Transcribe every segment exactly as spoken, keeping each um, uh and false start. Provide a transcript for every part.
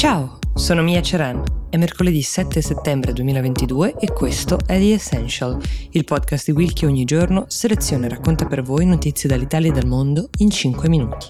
Ciao, sono Mia Ceran. È mercoledì sette settembre duemilaventidue e questo è The Essential, il podcast di Will che ogni giorno seleziona e racconta per voi notizie dall'Italia e dal mondo in cinque minuti.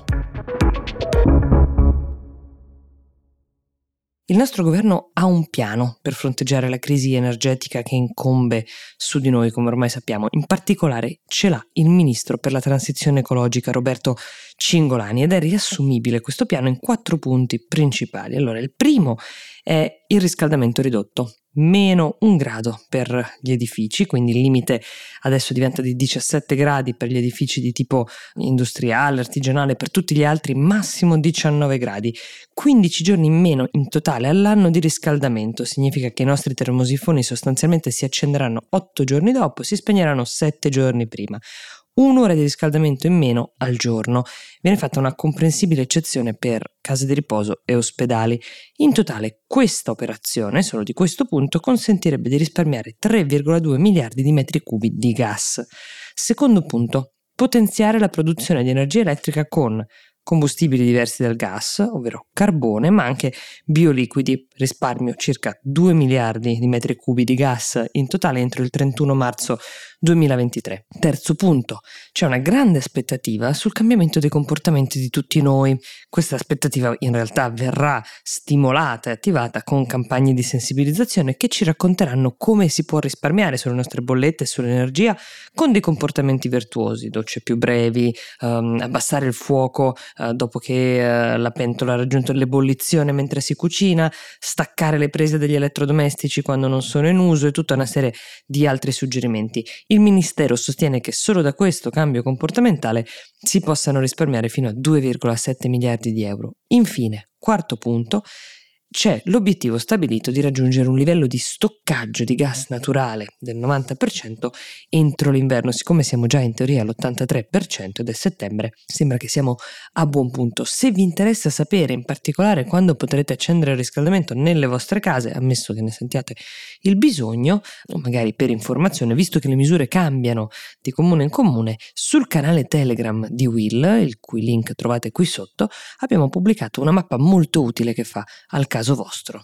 Il nostro governo ha un piano per fronteggiare la crisi energetica che incombe su di noi, come ormai sappiamo. In particolare ce l'ha il ministro per la transizione ecologica Roberto Cingolani ed è riassumibile questo piano in quattro punti principali. Allora, il primo è il riscaldamento ridotto, meno un grado per gli edifici, quindi il limite adesso diventa di diciassette gradi per gli edifici di tipo industriale, artigianale, per tutti gli altri massimo diciannove gradi, quindici giorni in meno in totale all'anno di riscaldamento, significa che i nostri termosifoni sostanzialmente si accenderanno otto giorni dopo, si spegneranno sette giorni prima. Un'ora di riscaldamento in meno al giorno. Viene fatta una comprensibile eccezione per case di riposo e ospedali. In totale questa operazione, solo di questo punto, consentirebbe di risparmiare tre virgola due miliardi di metri cubi di gas. Secondo punto, potenziare la produzione di energia elettrica con combustibili diversi dal gas, ovvero carbone, ma anche bioliquidi, risparmio circa due miliardi di metri cubi di gas in totale entro il trentuno marzo duemilaventitré. Terzo punto, c'è una grande aspettativa sul cambiamento dei comportamenti di tutti noi. Questa aspettativa in realtà verrà stimolata e attivata con campagne di sensibilizzazione che ci racconteranno come si può risparmiare sulle nostre bollette e sull'energia con dei comportamenti virtuosi, docce più brevi, um, abbassare il fuoco uh, dopo che uh, la pentola ha raggiunto l'ebollizione mentre si cucina, staccare le prese degli elettrodomestici quando non sono in uso e tutta una serie di altri suggerimenti. Il Ministero sostiene che solo da questo cambio comportamentale si possano risparmiare fino a due virgola sette miliardi di euro. Infine, quarto punto, c'è l'obiettivo stabilito di raggiungere un livello di stoccaggio di gas naturale del novanta per cento entro l'inverno. Siccome siamo già in teoria all'ottantatré per cento ed è settembre, sembra che siamo a buon punto. Se vi interessa sapere in particolare quando potrete accendere il riscaldamento nelle vostre case, ammesso che ne sentiate il bisogno, o magari per informazione, visto che le misure cambiano di comune in comune, sul canale Telegram di Will, il cui link trovate qui sotto, abbiamo pubblicato una mappa molto utile che fa al caso vostro.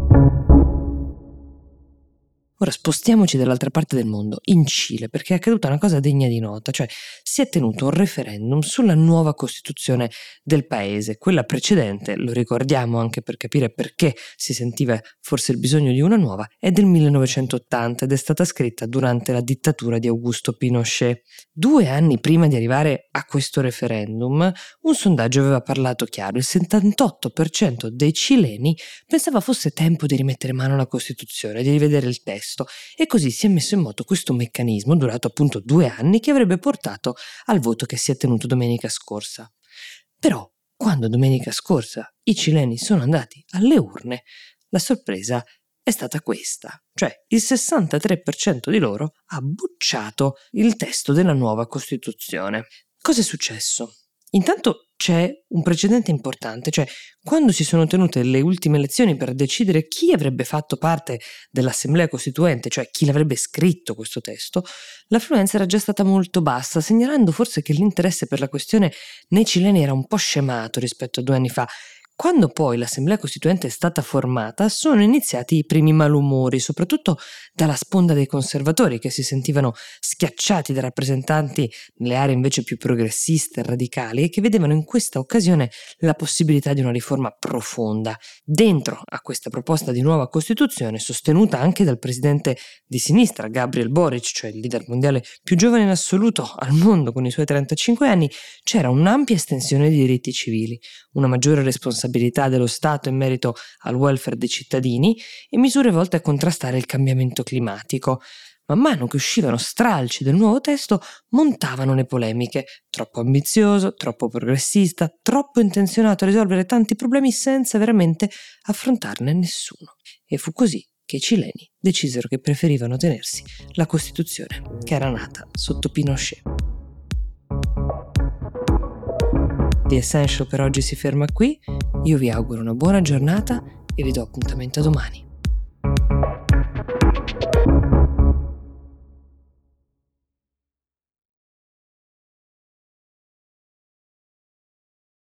Ora spostiamoci dall'altra parte del mondo, in Cile, perché è accaduta una cosa degna di nota, cioè si è tenuto un referendum sulla nuova costituzione del paese. Quella precedente, lo ricordiamo anche per capire perché si sentiva forse il bisogno di una nuova, è del millenovecentottanta ed è stata scritta durante la dittatura di Augusto Pinochet. Due anni prima di arrivare a questo referendum, un sondaggio aveva parlato chiaro: il settantotto per cento dei cileni pensava fosse tempo di rimettere mano alla Costituzione, di rivedere il testo. E così si è messo in moto questo meccanismo durato appunto due anni che avrebbe portato al voto che si è tenuto domenica scorsa. Però, quando domenica scorsa i cileni sono andati alle urne, la sorpresa è stata questa, cioè il sessantatré per cento di loro ha bocciato il testo della nuova Costituzione. Cosa è successo? Intanto c'è un precedente importante, cioè quando si sono tenute le ultime elezioni per decidere chi avrebbe fatto parte dell'Assemblea Costituente, cioè chi l'avrebbe scritto questo testo, l'affluenza era già stata molto bassa, segnalando forse che l'interesse per la questione nei cileni era un po' scemato rispetto a due anni fa. Quando poi l'Assemblea Costituente è stata formata, sono iniziati i primi malumori, soprattutto dalla sponda dei conservatori, che si sentivano schiacciati da rappresentanti nelle aree invece più progressiste e radicali e che vedevano in questa occasione la possibilità di una riforma profonda. Dentro a questa proposta di nuova Costituzione, sostenuta anche dal presidente di sinistra, Gabriel Boric, cioè il leader mondiale più giovane in assoluto al mondo con i suoi trentacinque anni, c'era un'ampia estensione di diritti civili, una maggiore responsabilità dello Stato in merito al welfare dei cittadini e misure volte a contrastare il cambiamento climatico. Man mano che uscivano stralci del nuovo testo, montavano le polemiche: troppo ambizioso, troppo progressista, troppo intenzionato a risolvere tanti problemi senza veramente affrontarne nessuno. E fu così che i cileni decisero che preferivano tenersi la Costituzione che era nata sotto Pinochet. The Essential per oggi si ferma qui, io vi auguro una buona giornata e vi do appuntamento a domani.